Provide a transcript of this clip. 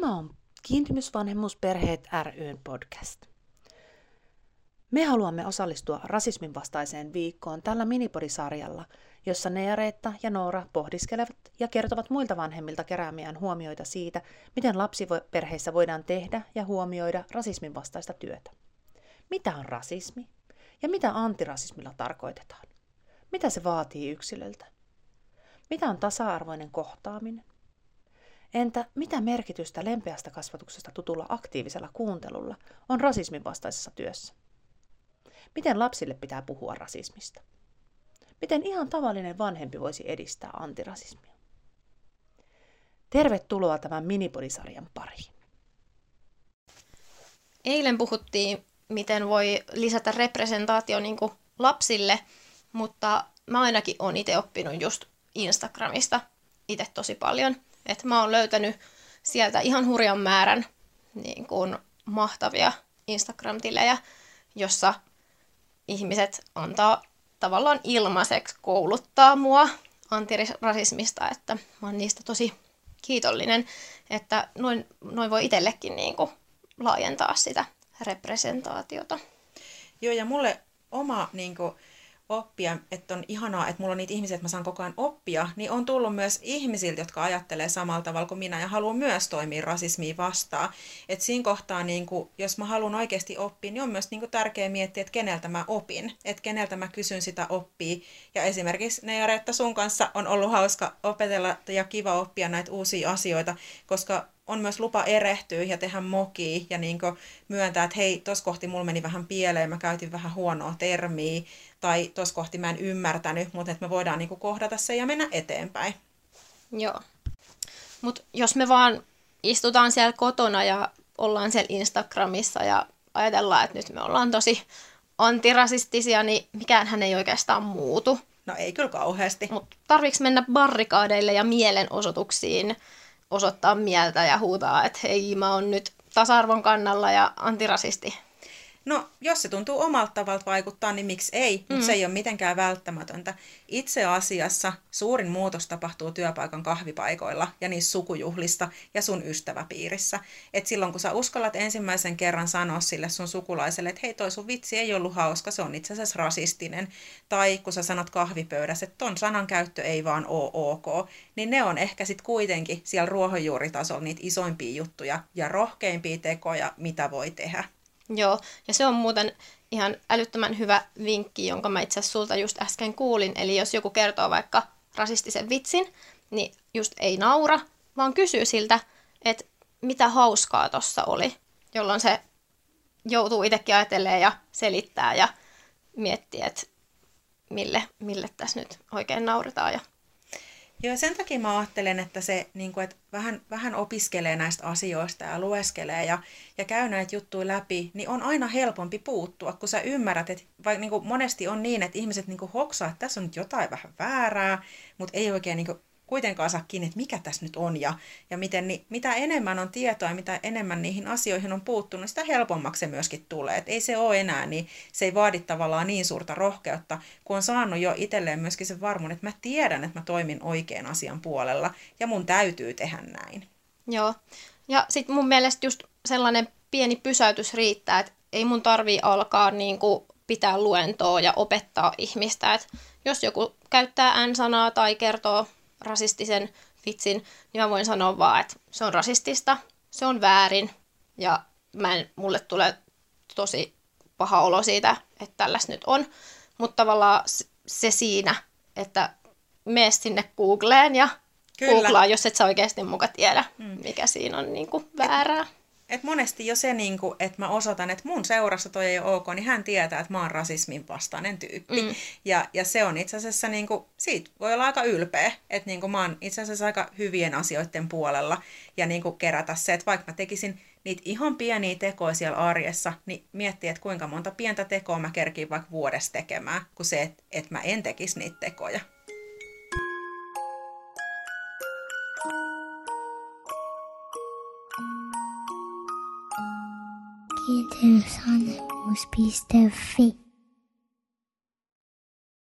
Tämä on Kiintymysvanhemmuusperheet ry:n podcast. Me haluamme osallistua rasismin vastaiseen viikkoon tällä minipodisarjalla, jossa Neareetta ja Noora pohdiskelevat ja kertovat muilta vanhemmilta keräämiään huomioita siitä, miten lapsiperheissä voidaan tehdä ja huomioida rasismin vastaista työtä. Mitä on rasismi ja mitä antirasismilla tarkoitetaan? Mitä se vaatii yksilöltä? Mitä on tasa-arvoinen kohtaaminen? Entä mitä merkitystä lempeästä kasvatuksesta tutulla aktiivisella kuuntelulla on rasismin vastaisessa työssä? Miten lapsille pitää puhua rasismista? Miten ihan tavallinen vanhempi voisi edistää antirasismia? Tervetuloa tämän minipodisarjan pariin. Eilen puhuttiin, miten voi lisätä representaatio niin kuin lapsille, mutta mä ainakin olen itse oppinut just Instagramista itse tosi paljon. Että mä oon löytänyt sieltä ihan hurjan määrän niin kuin mahtavia Instagram-tilejä, jossa ihmiset antaa tavallaan ilmaiseksi kouluttaa mua antirasismista, että mä oon niistä tosi kiitollinen, että noin voi itsellekin niin kuin laajentaa sitä representaatiota. Joo, ja mulle oma niin kuin oppia, että on ihanaa, että mulla on niitä ihmisiä, että mä saan koko ajan oppia, niin on tullut myös ihmisiltä, jotka ajattelee samalla tavalla kuin minä ja haluaa myös toimia rasismia vastaan. Että siinä kohtaa, niin kuin, jos mä haluan oikeasti oppia, niin on myös niin kuin tärkeää miettiä, että keneltä mä opin, että keneltä mä kysyn sitä oppia. Ja esimerkiksi Neareetta sun kanssa on ollut hauska opetella ja kiva oppia näitä uusia asioita, koska on myös lupa erehtyä ja tehdä mokia ja niin myöntää, että hei, tuossa kohti mulla meni vähän pieleen, mä käytin vähän huonoa termiä, tai tuossa kohti mä en ymmärtänyt, mutta että me voidaan niin kohdata se ja mennä eteenpäin. Joo. Mutta jos me vaan istutaan siellä kotona ja ollaan siellä Instagramissa ja ajatellaan, että nyt me ollaan tosi antirasistisia, niin mikäänhän ei oikeastaan muutu. No ei kyllä kauheasti. Mutta tarviiko mennä barrikaadeille ja mielenosoituksiin osoittaa mieltä ja huutaa, että hei, mä oon nyt tasa-arvon kannalla ja antirasisti? No, jos se tuntuu omalta tavalta vaikuttaa, niin miksi ei, mutta se ei ole mitenkään välttämätöntä. Itse asiassa suurin muutos tapahtuu työpaikan kahvipaikoilla ja niissä sukujuhlista ja sun ystäväpiirissä. Et silloin, kun sä uskallat ensimmäisen kerran sanoa sille sun sukulaiselle, että hei, toi sun vitsi ei ollut hauska, se on itse asiassa rasistinen. Tai kun sä sanot kahvipöydässä, että ton sanan käyttö ei vaan ole ok, niin ne on ehkä sitten kuitenkin siellä ruohonjuuritasolla niitä isoimpia juttuja ja rohkeimpia tekoja, mitä voi tehdä. Joo, ja se on muuten ihan älyttömän hyvä vinkki, jonka mä itse asiassa sulta just äsken kuulin. Eli jos joku kertoo vaikka rasistisen vitsin, niin just ei naura, vaan kysyy siltä, että mitä hauskaa tossa oli, jolloin se joutuu itsekin ajattelemaan ja selittää ja miettiä, että mille tässä nyt oikein nauretaan. Joo, sen takia mä ajattelen, että se että vähän opiskelee näistä asioista ja lueskelee ja käy näitä juttuja läpi, niin on aina helpompi puuttua, kun sä ymmärrät, että vaikka monesti on niin, että ihmiset hoksaa, että tässä on nyt jotain vähän väärää, mutta ei oikein kuitenkaan saa kiinni, että mikä tässä nyt on ja miten, niin mitä enemmän on tietoa ja mitä enemmän niihin asioihin on puuttunut, sitä helpommaksi se myöskin tulee. Et ei se ole enää, niin se ei vaadi tavallaan niin suurta rohkeutta, kun on saanut jo itselleen myöskin sen varmuuden, että mä tiedän, että mä toimin oikean asian puolella ja mun täytyy tehdä näin. Joo, ja sitten mun mielestä just sellainen pieni pysäytys riittää, että ei mun tarvii alkaa pitää luentoa ja opettaa ihmistä, että jos joku käyttää N-sanaa tai kertoo rasistisen vitsin, niin mä voin sanoa vaan, että se on rasistista, se on väärin ja mulle tulee tosi paha olo siitä, että tällaista nyt on. Mutta tavallaan se siinä, että mene sinne Googleen ja googlaa, jos et sä oikeasti muka tiedä, mikä siinä on väärää. Et monesti jo se, että mä osoitan, että mun seurassa toi ei ole ok, niin hän tietää, että mä oon rasismin vastainen tyyppi. Ja se on itse asiassa, siitä voi olla aika ylpeä, että mä oon itse asiassa aika hyvien asioiden puolella. Ja kerätä se, että vaikka mä tekisin niitä ihan pieniä tekoja siellä arjessa, niin miettiä, että kuinka monta pientä tekoa mä kerkiin vaikka vuodessa tekemään, kuin se, että mä en tekisi niitä tekoja. Kiintymysvanhemmuus.fi